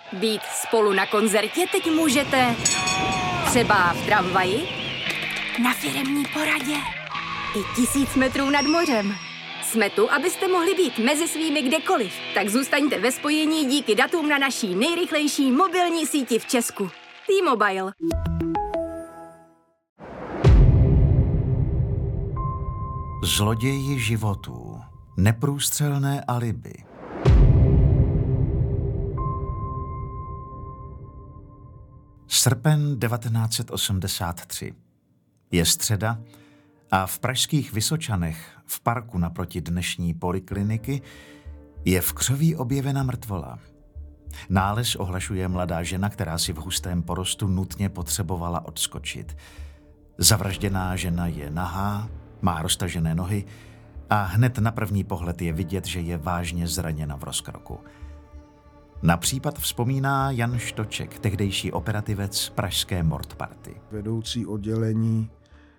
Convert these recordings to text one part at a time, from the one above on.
Být spolu na koncertě teď můžete třeba v tramvaji, na firemní poradě i 1000 metrů nad mořem. Jsme tu, abyste mohli být mezi svými kdekoliv. Tak zůstaňte ve spojení díky datům na naší nejrychlejší mobilní síti v Česku. T-Mobile. Zloději životů. Neprůstřelné alibi. Srpen 1983. Je středa a v pražských Vysočanech, v parku naproti dnešní polikliniky, je v křoví objevena mrtvola. Nález ohlašuje mladá žena, která si v hustém porostu nutně potřebovala odskočit. Zavražděná žena je nahá, má roztažené nohy a hned na první pohled je vidět, že je vážně zraněna v rozkroku. Na případ vzpomíná Jan Štoček, tehdejší operativec pražské mordparty. Vedoucí oddělení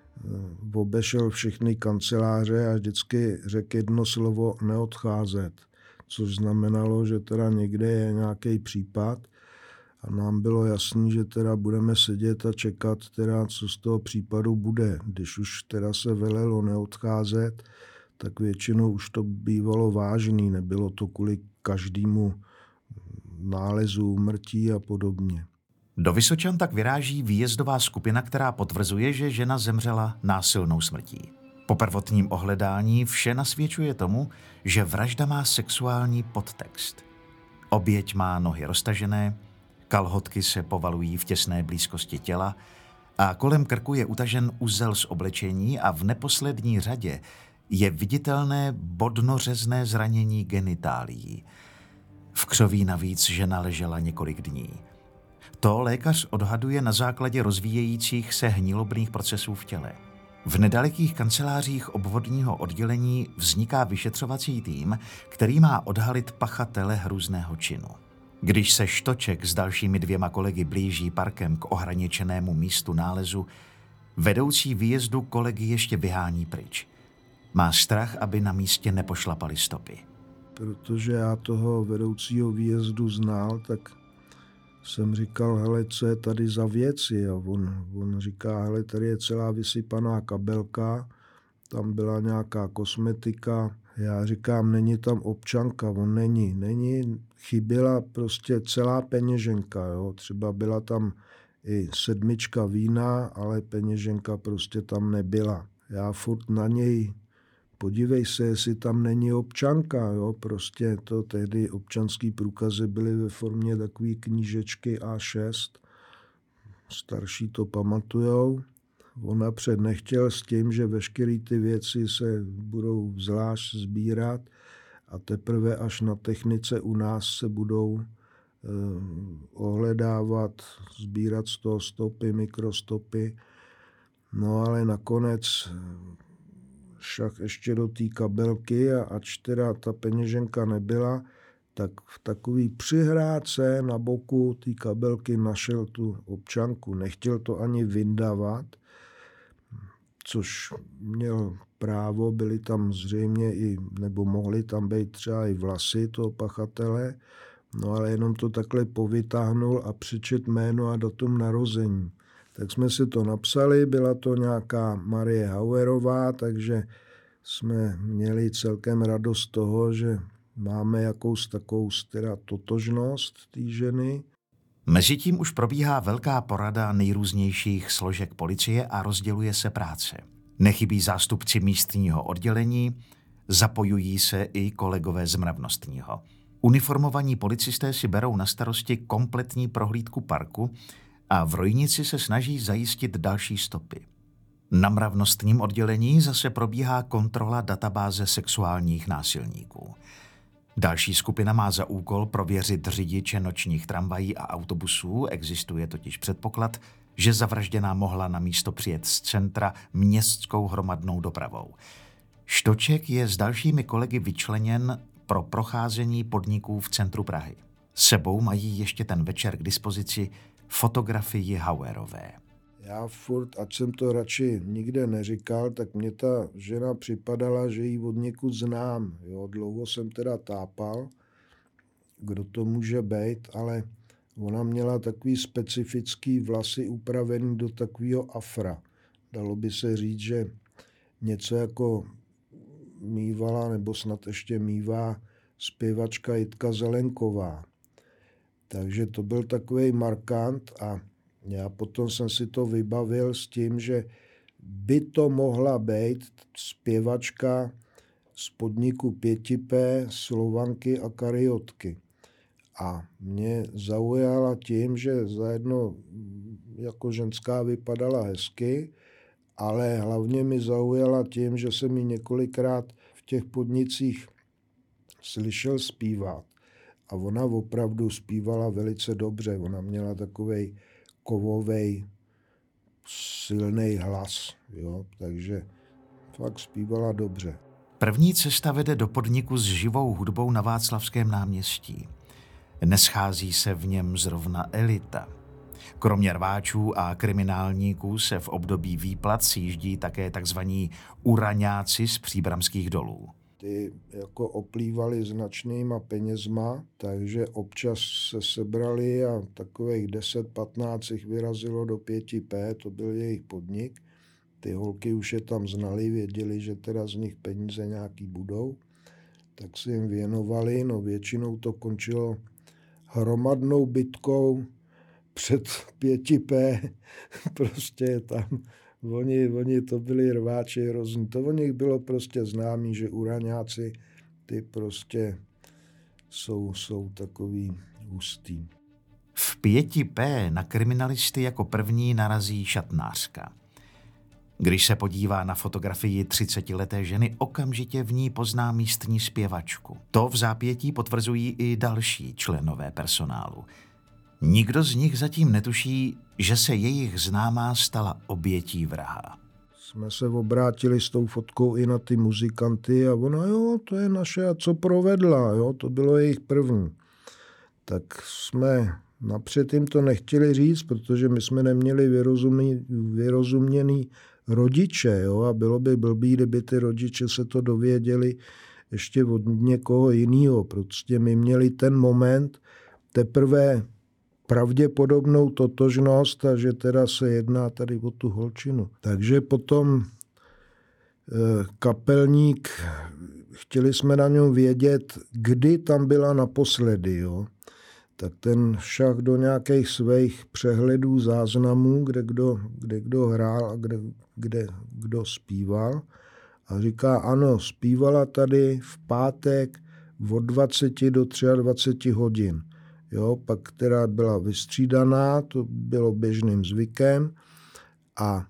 obešel všechny kanceláře a vždycky řekl jedno slovo neodcházet, což znamenalo, že teda někde je nějaký případ a nám bylo jasný, že teda budeme sedět a čekat teda, co z toho případu bude. Když už teda se velelo neodcházet, tak většinou už to bývalo vážný, nebylo to kvůli každému nálezu, úmrtí a podobně. Do Vysočan tak vyráží výjezdová skupina, která potvrzuje, že žena zemřela násilnou smrtí. Po prvotním ohledání vše nasvědčuje tomu, že vražda má sexuální podtext. Oběť má nohy roztažené, kalhotky se povalují v těsné blízkosti těla a kolem krku je utažen uzel z oblečení a v neposlední řadě je viditelné bodnořezné zranění genitálií. V křoví navíc žena ležela několik dní. To lékař odhaduje na základě rozvíjejících se hnilobných procesů v těle. V nedalekých kancelářích obvodního oddělení vzniká vyšetřovací tým, který má odhalit pachatele hrůzného činu. Když se Štoček s dalšími 2 kolegy blíží parkem k ohraničenému místu nálezu, vedoucí výjezdu kolegy ještě vyhání pryč. Má strach, aby na místě nepošlapali stopy. Protože já toho vedoucího výjezdu znal, tak jsem říkal, hele, co je tady za věci? A on říká, hele, tady je celá vysypaná kabelka, tam byla nějaká kosmetika. Já říkám, není tam občanka, on není, chyběla prostě celá peněženka, jo. Třeba byla tam i 7 vína, ale peněženka prostě tam nebyla. Já furt na něj, podívej se, jestli tam není občanka, jo, prostě to tehdy občanský průkazy byly ve formě takové knížečky A6, starší to pamatujou. On napřed nechtěl s tím, že veškeré ty věci se budou zvlášť sbírat a teprve až na technice u nás se budou ohledávat, sbírat z toho stopy, mikrostopy. No ale nakonec však ještě do té kabelky a ač teda ta peněženka nebyla, tak v takový přihrádce na boku té kabelky našel tu občanku. Nechtěl to ani vyndavat, což měl právo, byly tam zřejmě i, nebo mohly tam být třeba i vlasy toho pachatele, no ale jenom to takhle povytáhnul a přečet jméno a datum narození. Tak jsme si to napsali, byla to nějaká Marie Hauerová, takže jsme měli celkem radost toho, že máme jakous takovou teda totožnost té ženy. Mezitím už probíhá velká porada nejrůznějších složek policie a rozděluje se práce. Nechybí zástupci místního oddělení, zapojují se i kolegové z mravnostního. Uniformovaní policisté si berou na starosti kompletní prohlídku parku a v Rojnici se snaží zajistit další stopy. Na mravnostním oddělení zase probíhá kontrola databáze sexuálních násilníků. Další skupina má za úkol prověřit řidiče nočních tramvají a autobusů, existuje totiž předpoklad, že zavražděná mohla na místo přijet z centra městskou hromadnou dopravou. Štoček je s dalšími kolegy vyčleněn pro procházení podniků v centru Prahy. S sebou mají ještě ten večer k dispozici fotografii Hauerové. Já furt, ať jsem to radši nikde neříkal, tak mě ta žena připadala, že ji od někud znám. Jo, dlouho jsem teda tápal, kdo to může být, ale ona měla takový specifický vlasy upravený do takového afra. Dalo by se říct, že něco jako mívala, nebo snad ještě mívá zpěvačka Jitka Zelenková. Takže to byl takový markant a já potom jsem si to vybavil s tím, že by to mohla být zpěvačka z podniku 5P, Slovanky a Kariotky. A mě zaujala tím, že zajedno jako ženská vypadala hezky, ale hlavně mi zaujala tím, že jsem ji několikrát v těch podnicích slyšel zpívat. A ona opravdu zpívala velice dobře. Ona měla takovej kovovej, silný hlas. Jo? Takže fakt zpívala dobře. První cesta vede do podniku s živou hudbou na Václavském náměstí. Neschází se v něm zrovna elita. Kromě rváčů a kriminálníků se v období výplat sjíždí také takzvaní uraňáci z příbramských dolů. Ty jako oplývali značnýma penězma, takže občas se sebrali a takových 10-15 jich vyrazilo do 5P, to byl jejich podnik. Ty holky už je tam znali, věděli, že teda z nich peníze nějaký budou, tak si jim věnovali, no většinou to končilo hromadnou bitkou před 5P, prostě tam oni to byli rváči hrozný. To o nich bylo prostě známý, že uraňáci ty prostě jsou takový hustý. V 5P na kriminalisty jako první narazí šatnářka. Když se podívá na fotografii 30leté ženy, okamžitě v ní pozná místní zpěvačku. To v zápětí potvrzují i další členové personálu. Nikdo z nich zatím netuší, že se jejich známá stala obětí vraha. Jsme se obrátili s tou fotkou i na ty muzikanty a ona, jo, to je naše, a co provedla, jo, to bylo jejich první. Tak jsme napřed jim to nechtěli říct, protože my jsme neměli vyrozuměný rodiče, jo, a bylo by blbý, kdyby ty rodiče se to dověděli ještě od někoho jiného. Prostě my měli ten moment teprve pravděpodobnou totožnost a že teda se jedná tady o tu holčinu. Takže potom kapelník, chtěli jsme na něm vědět, kdy tam byla naposledy, jo. Tak ten šah do nějakých svých přehledů záznamů, kde kdo hrál a kde kdo zpíval. A říká, ano, zpívala tady v pátek od 20 do 23 hodin. Jo, pak která byla vystřídaná, to bylo běžným zvykem. A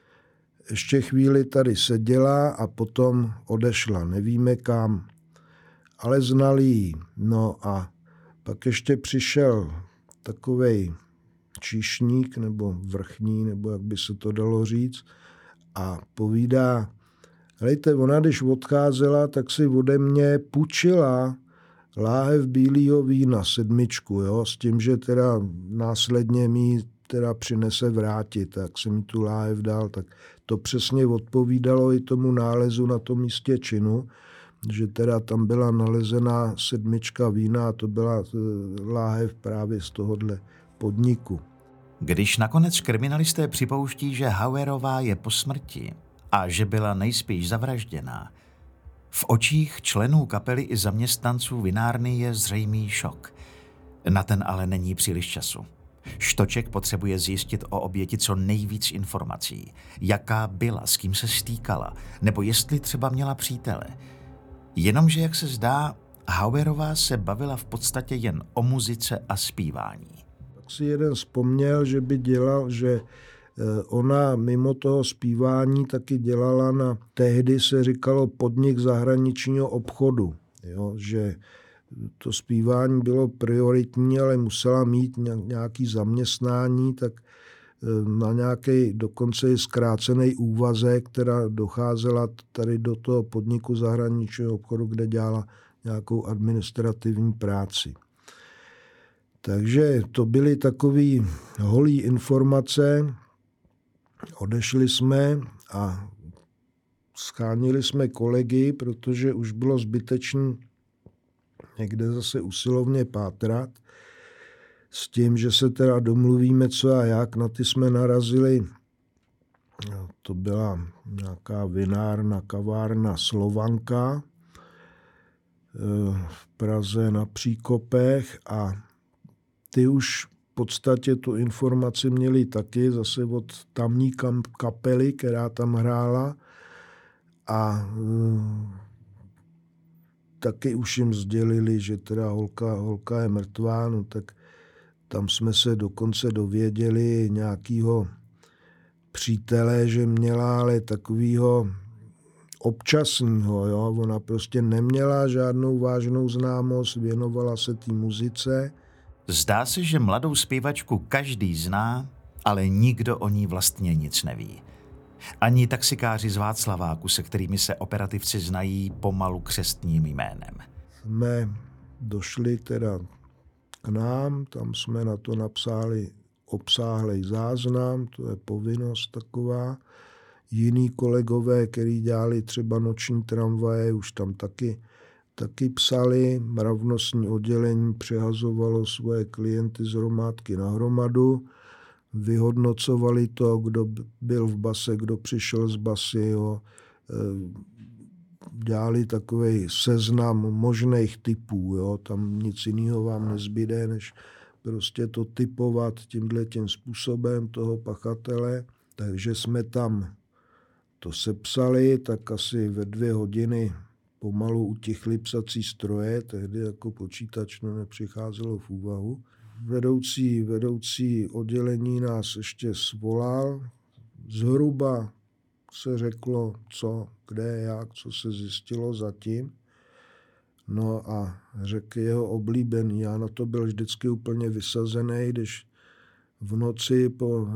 ještě chvíli tady seděla a potom odešla. Nevíme kam, ale znali ji. No a pak ještě přišel takovej číšník nebo vrchní, nebo jak by se to dalo říct, a povídá, hejte, ona když odcházela, tak si ode mě půjčila láhev bílýho vína 7, jo, s tím, že teda následně mi teda přinese vrátit, tak jsem mi tu láhev dal, tak to přesně odpovídalo i tomu nálezu na tom místě činu, že teda tam byla nalezená 7 vína a to byla láhev právě z tohohle podniku. Když nakonec kriminalisté připouští, že Hauerová je po smrti a že byla nejspíš zavražděná, v očích členů kapely i zaměstnanců vinárny je zřejmý šok. Na ten ale není příliš času. Štoček potřebuje zjistit o oběti co nejvíc informací. Jaká byla, s kým se stýkala, nebo jestli třeba měla přítele. Jenomže, jak se zdá, Hauerová se bavila v podstatě jen o muzice a zpívání. Tak si jeden vzpomněl, že by dělal, že ona mimo toho zpívání taky dělala na, tehdy se říkalo, podnik zahraničního obchodu. Jo, že to zpívání bylo prioritní, ale musela mít nějaký zaměstnání, tak na nějaký dokonce i zkrácený úvazek, která docházela tady do toho podniku zahraničního obchodu, kde dělala nějakou administrativní práci. Takže to byly takové holé informace. Odešli jsme a schánili jsme kolegy, protože už bylo zbytečné někde zase usilovně pátrat. S tím, že se teda domluvíme co a jak, na ty jsme narazili. To byla nějaká vinárna, kavárna Slovanka v Praze na Příkopech a ty už v podstatě tu informaci měli taky zase od tamní kapely, která tam hrála a taky už jim sdělili, že teda holka je mrtvá, no tak tam jsme se dokonce dověděli nějakýho přítele, že měla, ale takovýho občasného, jo. Ona prostě neměla žádnou vážnou známost, věnovala se té muzice. Zdá se, že mladou zpěvačku každý zná, ale nikdo o ní vlastně nic neví. Ani taxikáři z Václaváku, se kterými se operativci znají pomalu křestním jménem. Jsme došli teda k nám, tam jsme na to napsali obsáhlej záznam, to je povinnost taková. Jiní kolegové, kteří dělali třeba noční tramvaje, už tam taky psali. Mravnostní oddělení přehazovalo svoje klienty z hromádky na hromadu. Vyhodnocovali to, kdo byl v base, kdo přišel z basy. Jo. Dělali takový seznam možných typů. Jo. Tam nic jiného vám nezbyde, než prostě to typovat tímhletím způsobem toho pachatele. Takže jsme tam to sepsali, tak asi ve 2 hodiny pomalu utichly psací stroje, tehdy jako počítač nepřicházelo v úvahu. Vedoucí oddělení nás ještě svolal. Zhruba se řeklo, co, kde, jak, co se zjistilo zatím. No a řekl jeho oblíbený. Já na to byl vždycky úplně vysazený, když v noci po,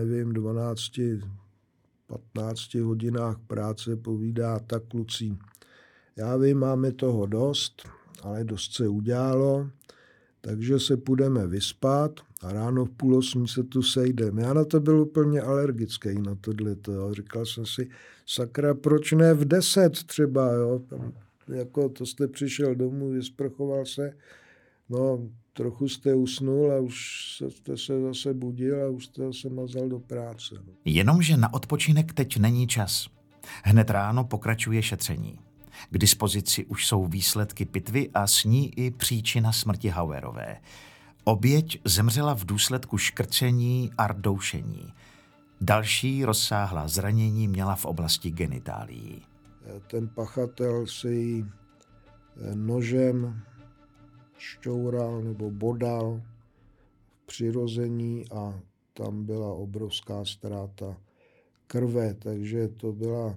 15 hodinách práce povídá: tak kluci, já vím, máme toho dost, ale dost se udělalo, takže se půjdeme vyspat a ráno v 7:30 se tu sejdeme. Já na to byl úplně alergický, na tohleto. Říkal jsem si, sakra, proč ne v 10 třeba, jo? Jako to jste přišel domů, vysprchoval se, no trochu jste usnul a už jste se zase budil a už jste se mazal do práce. No. Jenomže na odpočinek teď není čas. Hned ráno pokračuje šetření. K dispozici už jsou výsledky pitvy a s ní i příčina smrti Hauerové. Oběť zemřela v důsledku škrcení a rdoušení. Další rozsáhlá zranění měla v oblasti genitálií. Ten pachatel si ji nožem šťoural nebo bodal v přirození a tam byla obrovská ztráta krve, takže to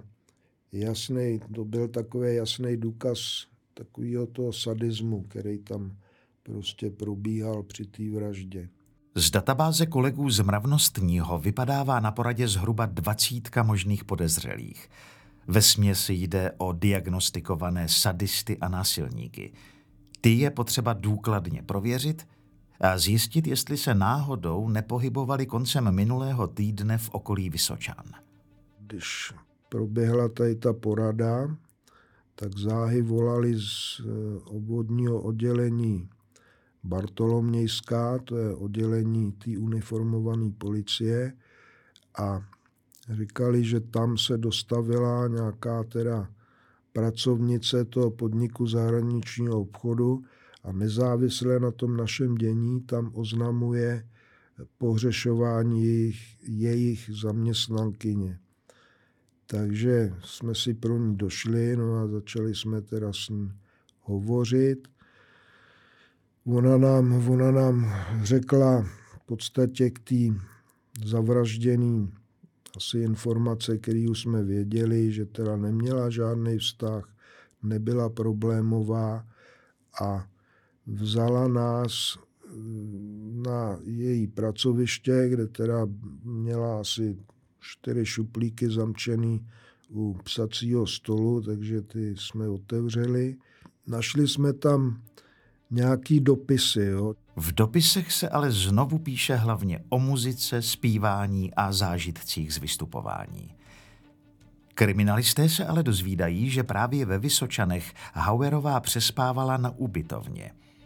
byl takový jasný důkaz takového toho sadismu, který tam prostě probíhal při té vraždě. Z databáze kolegů z mravnostního vypadává na poradě zhruba 20 možných podezřelých. Vesměs jde o diagnostikované sadisty a násilníky. Ty je potřeba důkladně prověřit a zjistit, jestli se náhodou nepohybovali koncem minulého týdne v okolí Vysočan. Když proběhla tady ta porada, tak záhy volali z obvodního oddělení Bartolomějská, to je oddělení té uniformované policie, a říkali, že tam se dostavila nějaká teda pracovnice toho podniku zahraničního obchodu a nezávisle na tom našem dění tam oznamuje pohřešování jejich zaměstnankyně. Takže jsme si pro ní došli, no a začali jsme teda s ní hovořit. Ona nám řekla v podstatě k té zavraždění asi informace, které už jsme věděli, že teda neměla žádný vztah, nebyla problémová a vzala nás na její pracoviště, kde teda měla asi 4 šuplíky zamčený u psacího stolu, takže ty jsme otevřeli. Našli jsme tam nějaký dopisy. Jo. V dopisech se ale znovu píše hlavně o muzice, zpívání a zážitcích z vystupování. Kriminalisté se ale dozvídají, že právě ve Vysočanech Hauerová přespávala na ubytovně.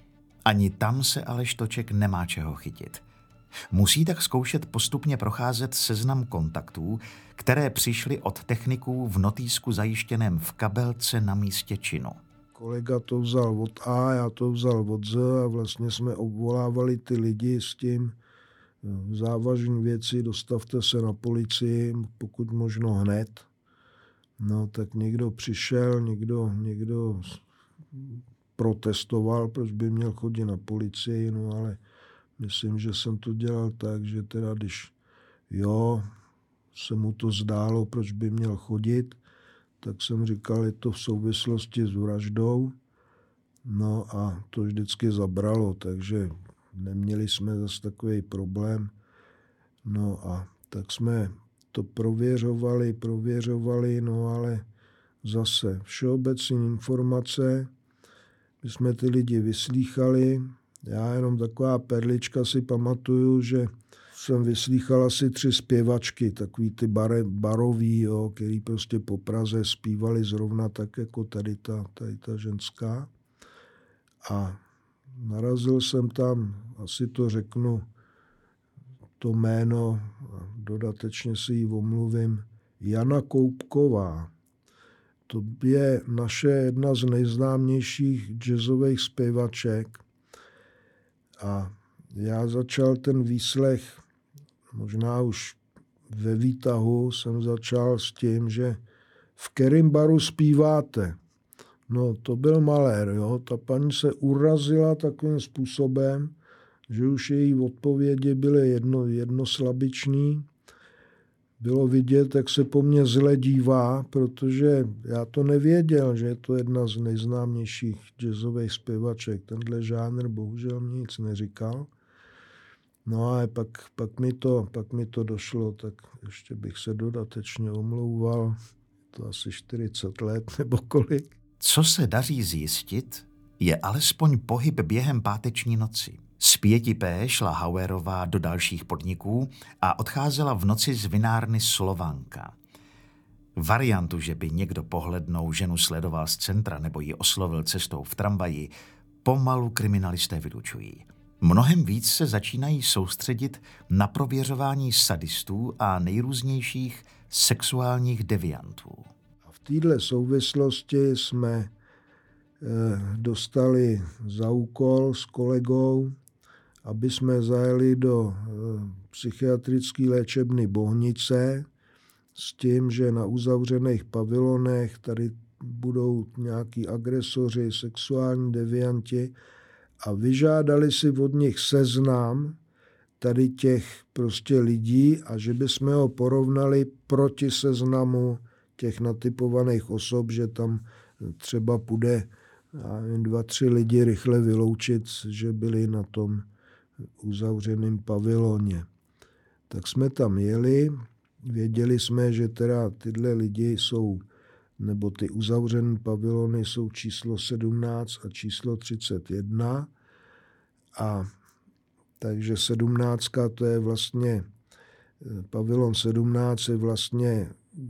Ani tam se ale Štoček nemá čeho chytit. Musí tak zkoušet postupně procházet seznam kontaktů, které přišly od techniků v notýsku zajištěném v kabelce na místě činu. Kolega to vzal od A, já to vzal od Z a vlastně jsme obvolávali ty lidi s tím závažné věci, dostavte se na policii, pokud možno hned. No tak někdo přišel, někdo protestoval, proč by měl chodit na policii, no ale myslím, že jsem to dělal tak, že teda když se mu to zdálo, proč by měl chodit, tak jsem říkal, je to v souvislosti s vraždou. No a to vždycky zabralo, takže neměli jsme zase takový problém. No a tak jsme to prověřovali, no ale zase všeobecné informace, my jsme ty lidi vyslýchali. Já jenom taková perlička si pamatuju, že jsem vyslýchal asi 3 zpěvačky, takový ty barový, který prostě po Praze zpívali zrovna tak, jako tady ta ženská. A narazil jsem tam, asi to řeknu, to jméno, dodatečně si ji omluvím, Jana Koupková. To je naše jedna z nejznámějších jazzových zpěvaček. A já začal ten výslech, možná už ve výtahu jsem začal s tím, že v kterém baru zpíváte. No to byl malér, jo. Ta paní se urazila takovým způsobem, že už její odpovědi byly jednoslabičný. Bylo vidět, jak se po mně zle dívá, protože já to nevěděl, že je to jedna z nejznámějších jazzových zpěvaček. Tenhle žánr bohužel mě nic neříkal. No a pak mi to došlo, tak ještě bych se dodatečně omlouval. To asi 40 let nebo kolik. Co se daří zjistit, je alespoň pohyb během páteční noci. Z 5P šla Hauerová do dalších podniků a odcházela v noci z vinárny Slovanka. Variantu, že by někdo pohlednou ženu sledoval z centra nebo ji oslovil cestou v tramvaji, pomalu kriminalisté vylučují. Mnohem víc se začínají soustředit na prověřování sadistů a nejrůznějších sexuálních deviantů. V této souvislosti jsme dostali za úkol s kolegou, aby jsme zajeli do psychiatrické léčebny Bohnice s tím, že na uzavřených pavilonech tady budou nějaký agresoři, sexuální devianti a vyžádali si od nich seznam tady těch prostě lidí a že bychom ho porovnali proti seznamu těch natypovaných osob, že tam třeba půjde 2-3 lidi rychle vyloučit, že byli na tom uzavřeném paviloně. Tak jsme tam jeli, věděli jsme, že teda tyhle lidi jsou, nebo ty uzavřené pavilony jsou číslo 17 a číslo 31. A takže 17 to je vlastně, pavilon 17 je vlastně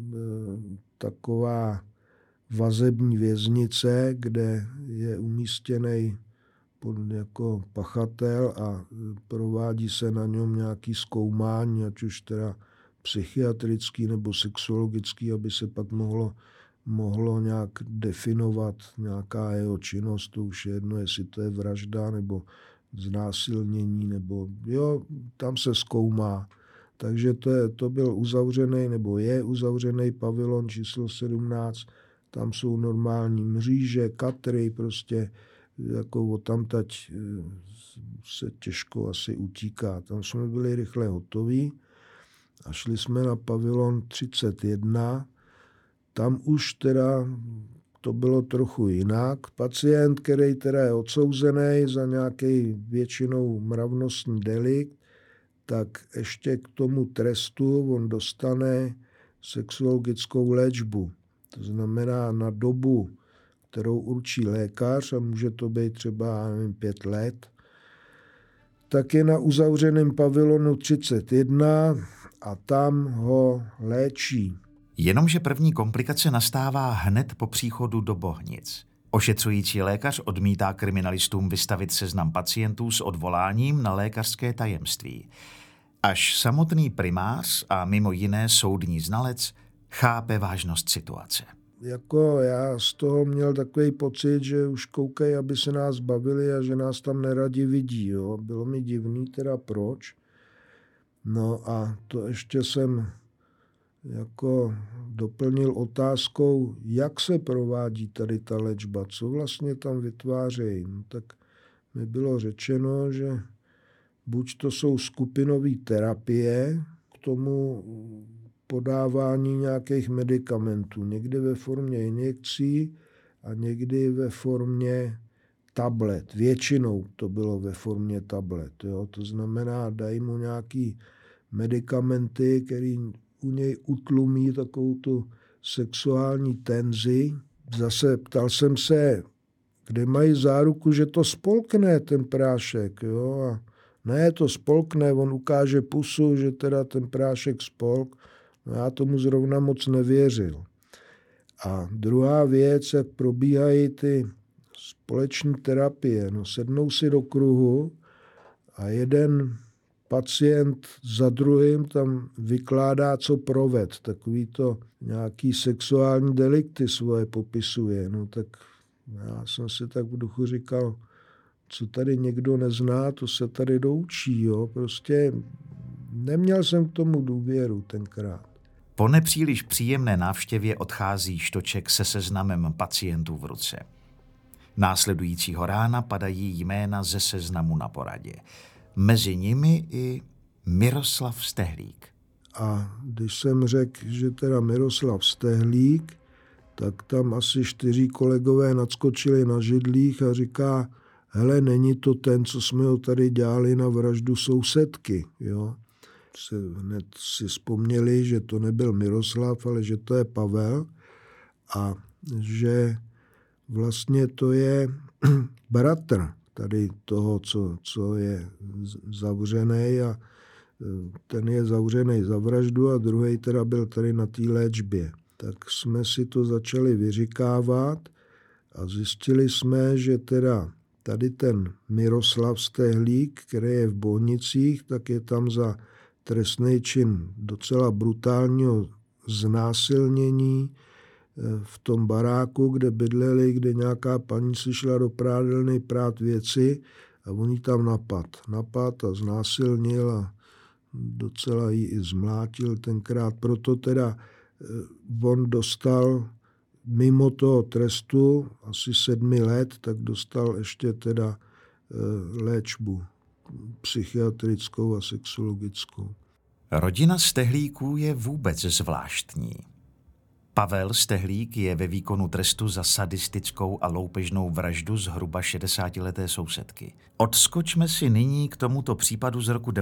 taková vazební věznice, kde je umístěný jako pachatel a provádí se na něm nějaký zkoumání, ať už teda psychiatrický nebo sexuologický, aby se pak mohlo nějak definovat nějaká jeho činnost. To už je jedno, jestli to je vražda nebo znásilnění, nebo tam se zkoumá. Takže to byl uzavřený, nebo je uzavřený pavilon číslo 17. Tam jsou normální mříže, katry, prostě jako odtamtať se těžko asi utíká. Tam jsme byli rychle hotoví a šli jsme na pavilon 31. Tam už teda to bylo trochu jinak. Pacient, který teda je odsouzený za nějaký většinou mravnostní delikt, tak ještě k tomu trestu on dostane sexuologickou léčbu. To znamená na dobu, kterou určí lékař, a může to být třeba 5 let, tak je na uzavřeném pavilonu 31 a tam ho léčí. Jenomže první komplikace nastává hned po příchodu do Bohnic. Ošetřující lékař odmítá kriminalistům vystavit seznam pacientů s odvoláním na lékařské tajemství. Až samotný primář a mimo jiné soudní znalec chápe vážnost situace. Jako já z toho měl takový pocit, že už koukají, aby se nás bavili a že nás tam neradi vidí. Jo. Bylo mi divný teda proč. No a to ještě jsem jako doplnil otázkou, jak se provádí tady ta léčba, co vlastně tam vytvářejí. No, tak mi bylo řečeno, že buď to jsou skupinové terapie, k tomu podávání nějakých medicamentů, někdy ve formě injekcí a někdy ve formě tablet. Většinou to bylo ve formě tablet. Jo? To znamená, dají mu nějaký medicamenty, který u něj utlumí takovou tu sexuální tenzi. Zase ptal jsem se, kde mají záruku, že to spolkne ten prášek. Jo? A ne, to spolkne, on ukáže pusu, že teda ten prášek spolk. No já tomu zrovna moc nevěřil. A druhá věc, jak probíhají ty společní terapie. No, sednou si do kruhu a jeden pacient za druhým tam vykládá, co proved. Takový to nějaký sexuální delikty svoje popisuje. No tak já jsem si tak v duchu říkal, co tady někdo nezná, to se tady doučí. Jo? Prostě neměl jsem k tomu důvěru tenkrát. Po nepříliš příjemné návštěvě odchází Štoček se seznamem pacientů v ruce. Následujícího rána padají jména ze seznamu na poradě. Mezi nimi i Miroslav Stehlík. A když jsem řekl, že teda Miroslav Stehlík, tak tam asi 4 kolegové nadskočili na židlích a říká, hele, není to ten, co jsme ho tady dělali na vraždu sousedky, jo. Hned si vzpomněli, že to nebyl Miroslav, ale že to je Pavel a že vlastně to je bratr tady toho, co je zavřený a ten je zavřený za vraždu a druhý teda byl tady na té léčbě. Tak jsme si to začali vyříkávat a zjistili jsme, že teda tady ten Miroslav Stehlík, který je v Bohnicích, tak je tam za trestný čin docela brutálního znásilnění v tom baráku, kde bydleli, kde nějaká paní si šla do prádelny prát věci a on jí tam napad a znásilnil a docela ji i zmlátil tenkrát. Proto teda on dostal mimo toho trestu asi 7 let, tak dostal ještě teda léčbu psychiatrickou a sexologickou. Rodina Stehlíků je vůbec zvláštní. Pavel Stehlík je ve výkonu trestu za sadistickou a loupežnou vraždu zhruba 60leté sousedky. Odskočme si nyní k tomuto případu z roku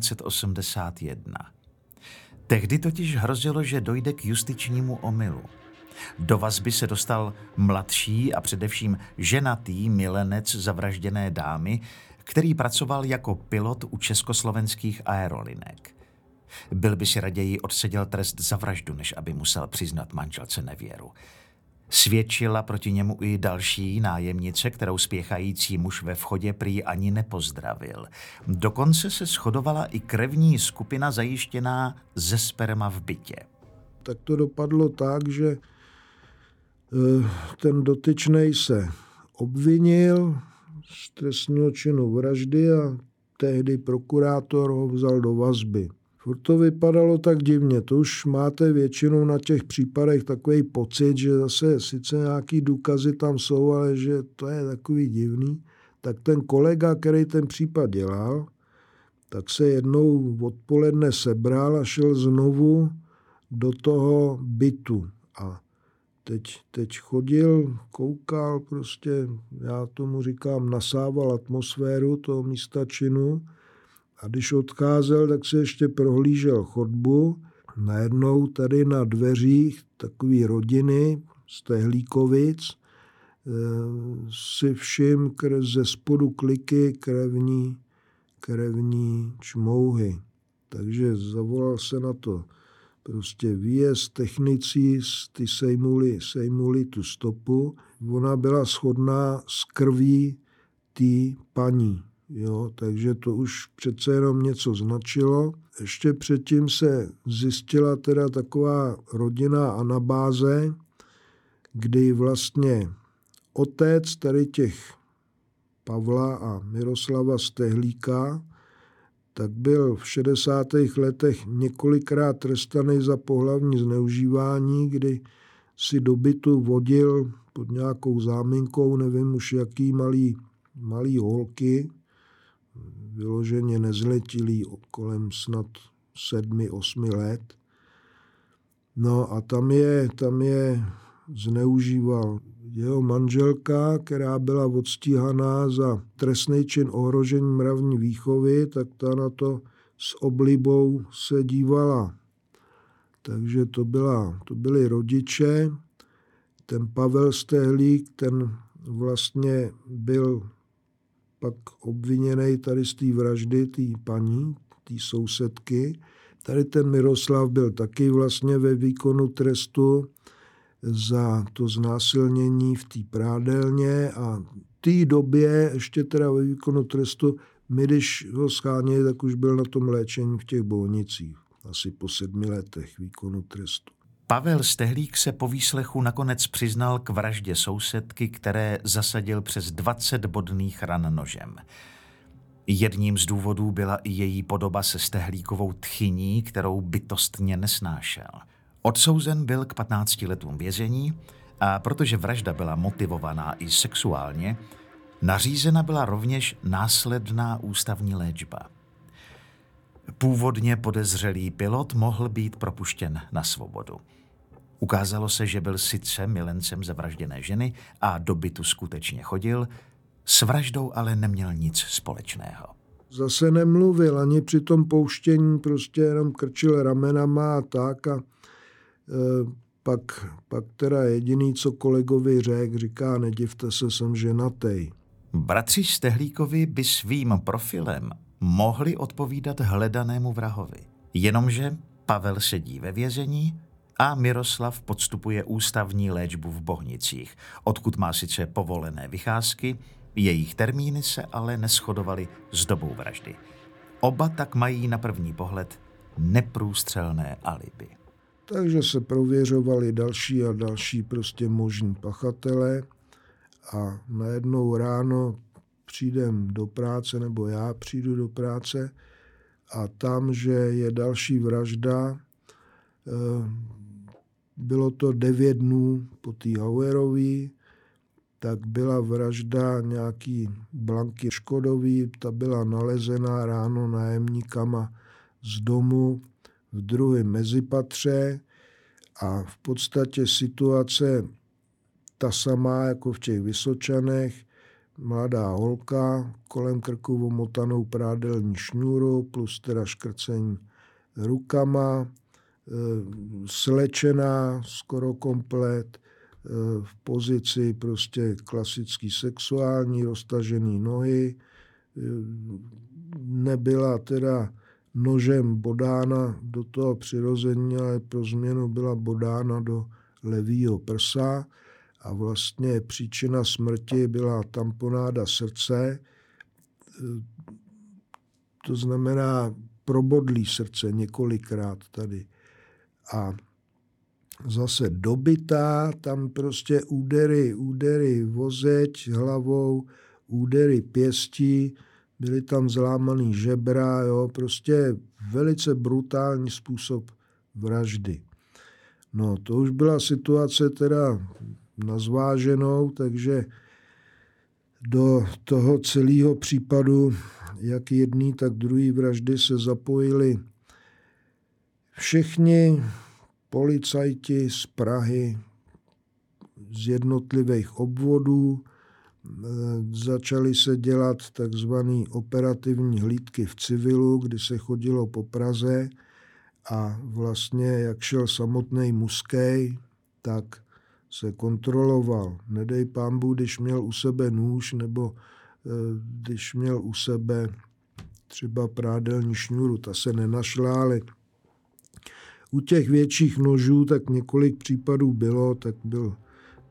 1981. Tehdy totiž hrozilo, že dojde k justičnímu omylu. Do vazby se dostal mladší a především ženatý milenec zavražděné dámy, který pracoval jako pilot u československých aerolinek. Byl by si raději odseděl trest za vraždu, než aby musel přiznat manželce nevěru. Svědčila proti němu i další nájemnice, kterou spěchající muž ve vchodě prý ani nepozdravil. Dokonce se shodovala i krevní skupina zajištěná ze sperma v bytě. Tak to dopadlo tak, že ten dotyčnej se obvinil z trestního činu vraždy a tehdy prokurátor ho vzal do vazby. Furt to vypadalo tak divně. To už máte většinou na těch případech takový pocit, že zase sice nějaký důkazy tam jsou, ale že to je takový divný. Tak ten kolega, který ten případ dělal, tak se jednou odpoledne sebral a šel znovu do toho bytu. A teď chodil, koukal, prostě, já tomu říkám, nasával atmosféru toho místa činu. A když odcházel, tak se ještě prohlížel chodbu. Najednou tady na dveřích takový rodiny z Stehlíkovic si všim ze spodu kliky krevní čmouhy. Takže zavolal se na to prostě výjezd technici, ty sejmuli tu stopu. ona byla shodná s krví té paní. Jo, takže to už přece jenom něco značilo. Ještě předtím se zjistila teda taková rodinná anabáze, kdy vlastně otec tady těch Pavla a Miroslava Stehlíka tak byl v 60. letech několikrát trestaný za pohlavní zneužívání, kdy si do bytu vodil pod nějakou záminkou, nevím už jaký malý holky, vyloženě nezletilý, kolem snad 7-8 let. No a tam je zneužíval jeho manželka, která byla odstíhaná za trestný čin ohrožení mravní výchovy, tak ta na to s oblibou se dívala. Takže to byli rodiče. Ten Pavel Stehlík, ten vlastně byl pak obviněný tady z té vraždy, té paní, té sousedky. Tady ten Miroslav byl taky vlastně ve výkonu trestu za to znásilnění v té prádelně a v té době ještě teda ve výkonu trestu, my když ho scháněli, tak už byl na tom léčení v těch Bohnicích, asi po 7 letech výkonu trestu. Pavel Stehlík se po výslechu nakonec přiznal k vraždě sousedky, které zasadil přes 20 bodných ran nožem. Jedním z důvodů byla i její podoba se Stehlíkovou tchyní, kterou bytostně nesnášel. Odsouzen byl k 15 letům vězení a protože vražda byla motivovaná i sexuálně, nařízena byla rovněž následná ústavní léčba. Původně podezřelý pilot mohl být propuštěn na svobodu. Ukázalo se, že byl sice milencem zavražděné ženy a do bytu skutečně chodil, s vraždou ale neměl nic společného. Zase nemluvil, ani při tom pouštění prostě jenom krčil ramenama a tak a pak teda jediný, co kolegovi říká, nedivte se, jsem ženatej. Bratři Stehlíkovi by svým profilem mohli odpovídat hledanému vrahovi. Jenomže Pavel sedí ve vězení a Miroslav podstupuje ústavní léčbu v Bohnicích, odkud má sice povolené vycházky, jejich termíny se ale neshodovaly s dobou vraždy. Oba tak mají na první pohled neprůstřelné alibi. Takže se prověřovali další a další prostě možní pachatele a najednou ráno přijdem do práce, nebo já přijdu do práce a tam, že je další vražda, bylo to 9 dnů po té Hauerový, tak byla vražda nějaký Blanky Škodový, ta byla nalezená ráno nájemníkama z domu v druhém mezipatře a v podstatě situace ta samá jako v těch Vysočanech, mladá holka, kolem krku omotanou prádelní šňůru, plus teda škrcení rukama, slečená skoro komplet, v pozici prostě klasický sexuální, roztažený nohy, nebyla teda nožem bodána do toho přirození, ale pro změnu byla bodána do levýho prsa a vlastně příčina smrti byla tamponáda srdce, to znamená probodlý srdce několikrát tady. A zase dobytá, tam prostě údery vozeť hlavou, údery pěstí, byly tam zlámaný žebra, jo, prostě velice brutální způsob vraždy. No, to už byla situace teda na zváženou, takže do toho celého případu, jak jedný, tak druhý vraždy se zapojili všichni policajti z Prahy, z jednotlivých obvodů. Začaly se dělat takzvané operativní hlídky v civilu, kdy se chodilo po Praze a vlastně, jak šel samotný muskej, tak se kontroloval. Nedej pánbůh, když měl u sebe nůž nebo když měl u sebe třeba prádelní šňůru, ta se nenašla, ale u těch větších nožů tak několik případů bylo, tak byl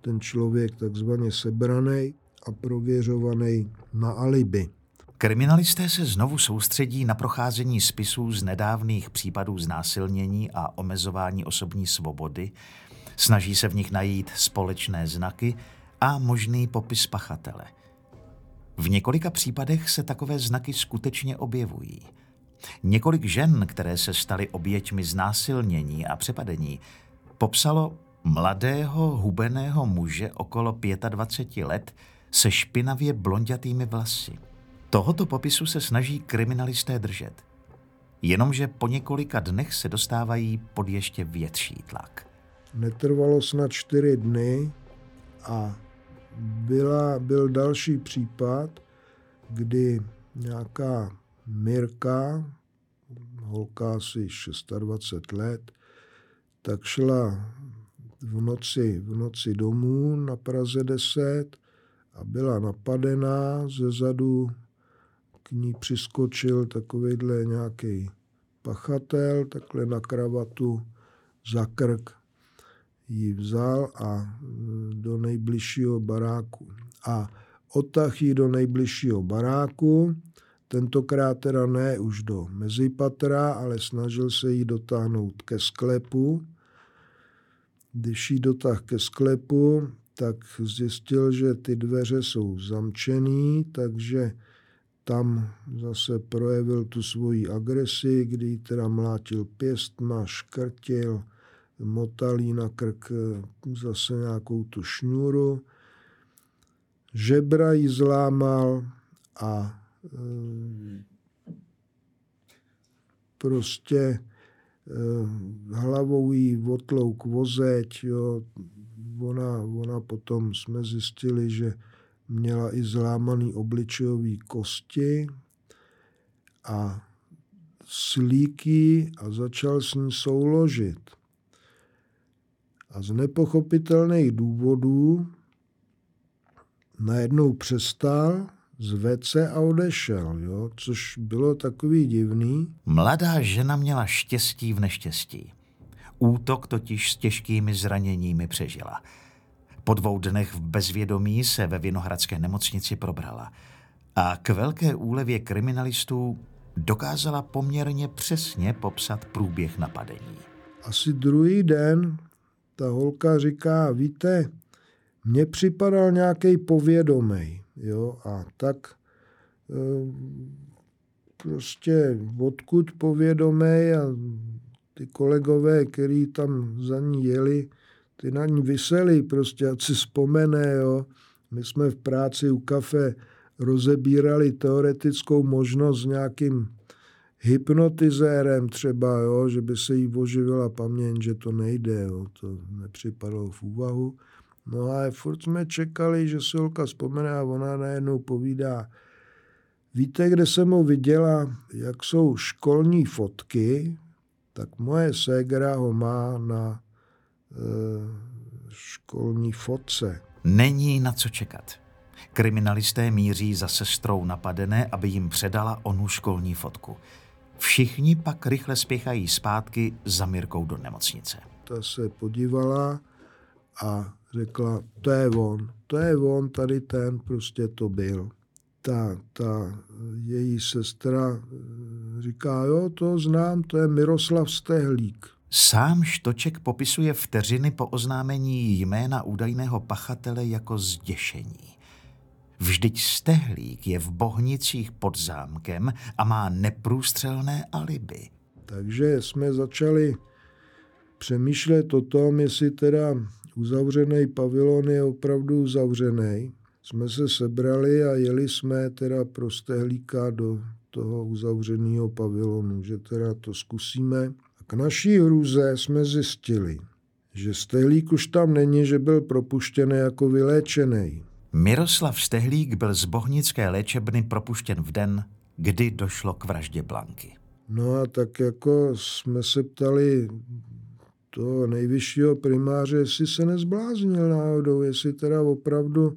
ten člověk takzvaně sebraný a prověřovaný na alibi. Kriminalisté se znovu soustředí na procházení spisů z nedávných případů znásilnění a omezování osobní svobody, snaží se v nich najít společné znaky a možný popis pachatele. V několika případech se takové znaky skutečně objevují. Několik žen, které se staly oběťmi znásilnění a přepadení, popsalo mladého, hubeného muže okolo 25 let se špinavě blonďatými vlasy. Tohoto popisu se snaží kriminalisté držet. Jenomže po několika dnech se dostávají pod ještě větší tlak. Netrvalo snad 4 dny a byl další případ, kdy nějaká Mirka, holka asi 26 let, tak šla v noci domů na Praze 10 a byla napadená. Zezadu k ní přiskočil takovejhle nějaký pachatel, takhle na kravatu za krk ji vzal a do nejbližšího baráku. A odtáhl ji do nejbližšího baráku, tentokrát teda ne už do mezipatra, ale snažil se jí dotáhnout ke sklepu. Když jí dotáhl ke sklepu, tak zjistil, že ty dveře jsou zamčený, takže tam zase projevil tu svoji agresi, kdy jí teda mlátil pěstma, škrtil, motal jí na krk zase nějakou tu šňůru. Žebra jí zlámal a prostě hlavou jí otlouk vozeď. Jo. Ona potom jsme zjistili, že měla i zlámaný obličejový kosti a slíky a začal s ní souložit. A z nepochopitelných důvodů najednou přestal, zvedl se a odešel, jo? Což bylo takový divný. Mladá žena měla štěstí v neštěstí. Útok totiž s těžkými zraněními přežila. Po 2 dnech v bezvědomí se ve Vinohradské nemocnici probrala a k velké úlevě kriminalistů dokázala poměrně přesně popsat průběh napadení. Asi druhý den ta holka říká, víte, mně připadal nějaký povědomej, jo, a tak prostě odkud povědomej, a ty kolegové, který tam za ní jeli, ty na ní viseli, prostě, ať si vzpomene, jo. My jsme v práci u kafe rozebírali teoretickou možnost s nějakým hypnotizérem třeba, jo, že by se jí oživila paměť, že to nejde, jo, to nepřipadalo v úvahu. No a furt jsme čekali, že si holka vzpomene a ona najednou povídá, víte, kde jsem ho viděla, jak jsou školní fotky, tak moje ségra ho má na školní fotce. Není na co čekat. Kriminalisté míří za sestrou napadené, aby jim předala onu školní fotku. Všichni pak rychle spěchají zpátky za Mirkou do nemocnice. Ta se podívala a řekla, to je on, tady ten, prostě to byl. Ta její sestra říká, jo, to znám, to je Miroslav Stehlík. Sám Štoček popisuje vteřiny po oznámení jména údajného pachatele jako zděšení. Vždyť Stehlík je v Bohnicích pod zámkem a má neprůstřelné alibi. Takže jsme začali přemýšlet o tom, jestli teda uzavřený pavilon je opravdu uzavřený. Jsme se sebrali a jeli jsme teda pro Stehlíka do toho uzavřeného pavilonu, že teda to zkusíme. A k naší hrůze jsme zjistili, že Stehlík už tam není, že byl propuštěný jako vyléčený. Miroslav Stehlík byl z bohnické léčebny propuštěn v den, kdy došlo k vraždě Blanky. No a tak jako jsme se ptali toho nejvyššího primáře, jestli se nezbláznil náhodou, jestli teda opravdu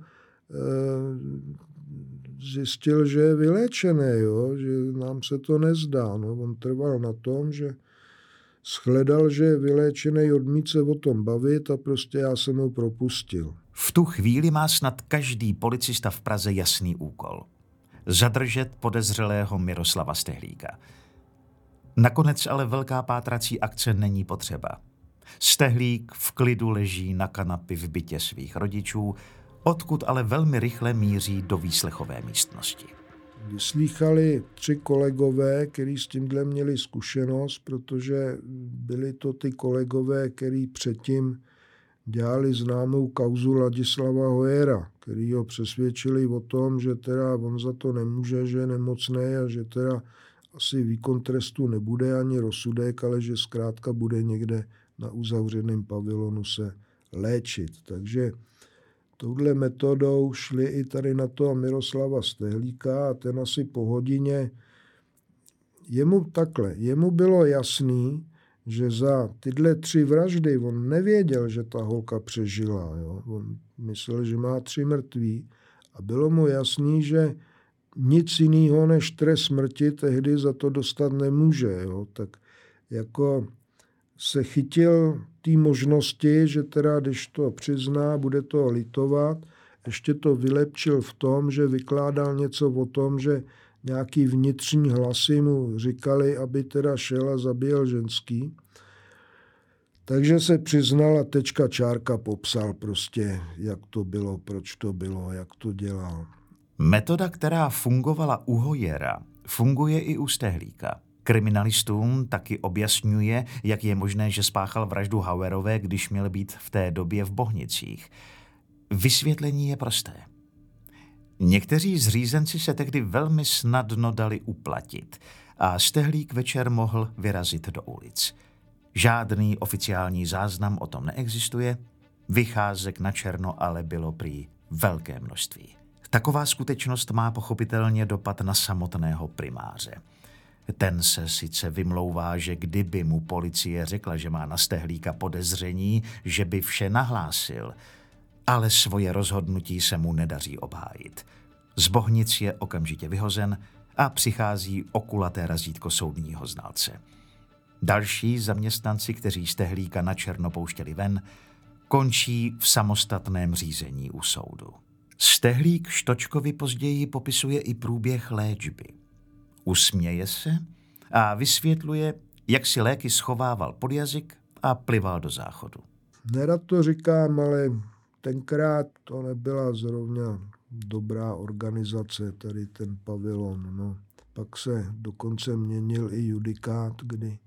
zjistil, že je vyléčený, jo? Že nám se to nezdá. No, on trval na tom, že shledal, že je vyléčený, odmít se o tom bavit a prostě já jsem ho propustil. V tu chvíli má snad každý policista v Praze jasný úkol. Zadržet podezřelého Miroslava Stehlíka. Nakonec ale velká pátrací akce není potřeba. Stehlík v klidu leží na kanapi v bytě svých rodičů, odkud ale velmi rychle míří do výslechové místnosti. Vyslýchali 3 kolegové, kteří s tímhle měli zkušenost, protože byli to ty kolegové, kteří předtím dělali známou kauzu Ladislava Hojera, který ho přesvědčili o tom, že teda on za to nemůže, že je nemocný a že teda asi výkon trestu nebude ani rozsudek, ale že zkrátka bude někde na uzavřeném pavilonu se léčit. Takže touhle metodou šli i tady na toho Miroslava Stehlíka a ten asi po hodině, jemu bylo jasný, že za tyhle 3 vraždy on nevěděl, že ta holka přežila. Jo? On myslel, že má 3 mrtví a bylo mu jasný, že nic jiného než trest smrti tehdy za to dostat nemůže. Jo? Tak jako se chytil té možnosti, že teda, když to přizná, bude to litovat, ještě to vylepčil v tom, že vykládal něco o tom, že nějaký vnitřní hlasy mu říkali, aby teda šel a zabíjel ženský. Takže se přiznal a tečka čárka popsal prostě, jak to bylo, proč to bylo, jak to dělal. Metoda, která fungovala u Hojera, funguje i u Stehlíka. Kriminalistům taky objasňuje, jak je možné, že spáchal vraždu Hauerové, když měl být v té době v Bohnicích. Vysvětlení je prosté. Někteří zřízenci se tehdy velmi snadno dali uplatit a Stehlík večer mohl vyrazit do ulic. Žádný oficiální záznam o tom neexistuje, vycházek na černo ale bylo prý velké množství. Taková skutečnost má pochopitelně dopad na samotného primáře. Ten se sice vymlouvá, že kdyby mu policie řekla, že má na Stehlíka podezření, že by vše nahlásil, ale svoje rozhodnutí se mu nedaří obhájit. Z Bohnic je okamžitě vyhozen a přichází okulaté razítko soudního znalce. Další zaměstnanci, kteří Stehlíka na černo pouštěli ven, končí v samostatném řízení u soudu. Stehlík Štočkovi později popisuje i průběh léčby. Usměje se a vysvětluje, jak si léky schovával pod jazyk a plival do záchodu. Nerad to říkám, ale tenkrát to nebyla zrovna dobrá organizace, tady ten pavilon. No. Pak se dokonce měnil i judikát, kdy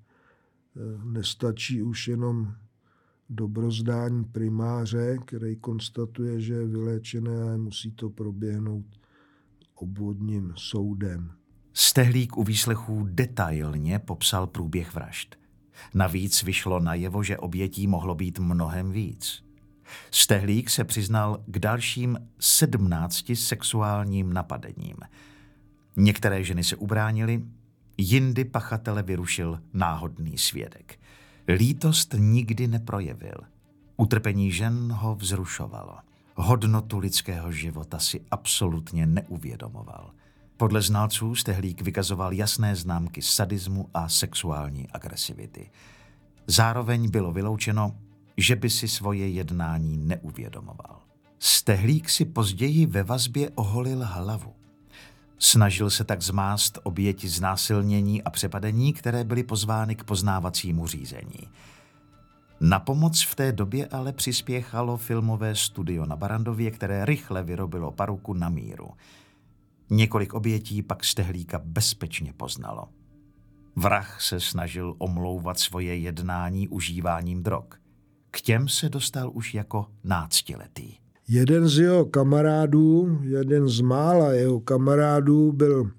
nestačí už jenom dobrozdání primáře, který konstatuje, že je vyléčené, ale musí to proběhnout obvodním soudem. Stehlík u výslechů detailně popsal průběh vražd. Navíc vyšlo najevo, že obětí mohlo být mnohem víc. Stehlík se přiznal k dalším 17 sexuálním napadením. Některé ženy se ubránily, jindy pachatele vyrušil náhodný svědek. Lítost nikdy neprojevil. Utrpení žen ho vzrušovalo. Hodnotu lidského života si absolutně neuvědomoval. Podle znalců Stehlík vykazoval jasné známky sadismu a sexuální agresivity. Zároveň bylo vyloučeno, že by si svoje jednání neuvědomoval. Stehlík si později ve vazbě oholil hlavu. Snažil se tak zmást oběti znásilnění a přepadení, které byly pozvány k poznávacímu řízení. Na pomoc v té době ale přispěchalo filmové studio na Barrandově, které rychle vyrobilo paruku na míru. Několik obětí pak Stehlíka bezpečně poznalo. Vrah se snažil omlouvat svoje jednání užíváním drog. K těm se dostal už jako náctiletý. Jeden z jeho kamarádů, jeden z mála jeho kamarádů byl,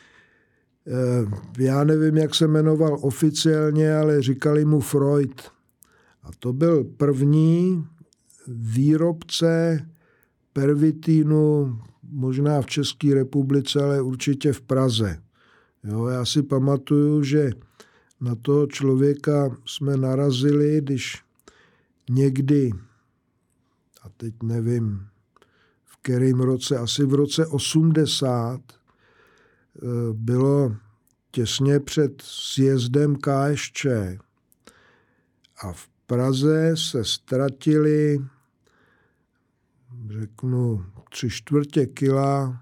já nevím, jak se jmenoval oficiálně, ale říkali mu Freud. A to byl první výrobce pervitinu, možná v České republice, ale určitě v Praze. Jo, já si pamatuju, že na toho člověka jsme narazili, když někdy, a teď nevím, v kterém roce, asi v roce 80, bylo těsně před sjezdem KSČ, A v Praze se ztratili, řeknu, 3/4 kila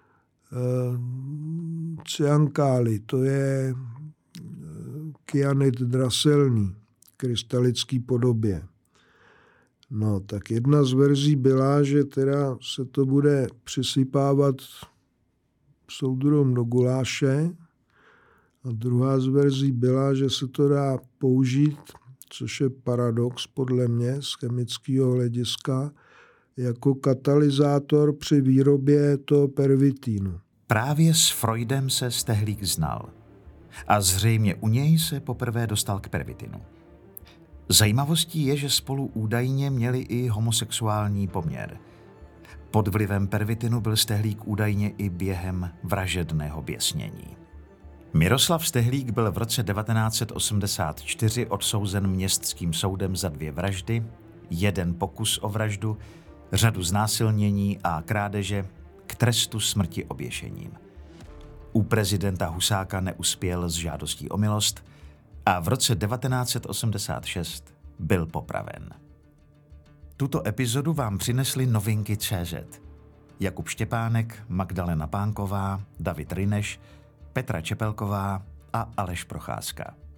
cyankály, to je kyanid draselný v krystalické podobě. No, tak jedna z verzí byla, že teda se to bude přisypávat soudruhům do guláše a druhá z verzí byla, že se to dá použít, což je paradox podle mě z chemického hlediska, jako katalyzátor při výrobě toho pervitínu. Právě s Freudem se Stehlík znal. A zřejmě u něj se poprvé dostal k pervitinu. Zajímavostí je, že spolu údajně měli i homosexuální poměr. Pod vlivem pervitinu byl Stehlík údajně i během vražedného běsnění. Miroslav Stehlík byl v roce 1984 odsouzen městským soudem za 2 vraždy, 1 pokus o vraždu, řadu znásilnění a krádeže k trestu smrti oběšením. U prezidenta Husáka neuspěl s žádostí o milost a v roce 1986 byl popraven. Tuto epizodu vám přinesli Novinky.cz. Jakub Štěpánek, Magdalena Pánková, David Ryneš, Petra Čepelková a Aleš Procházka.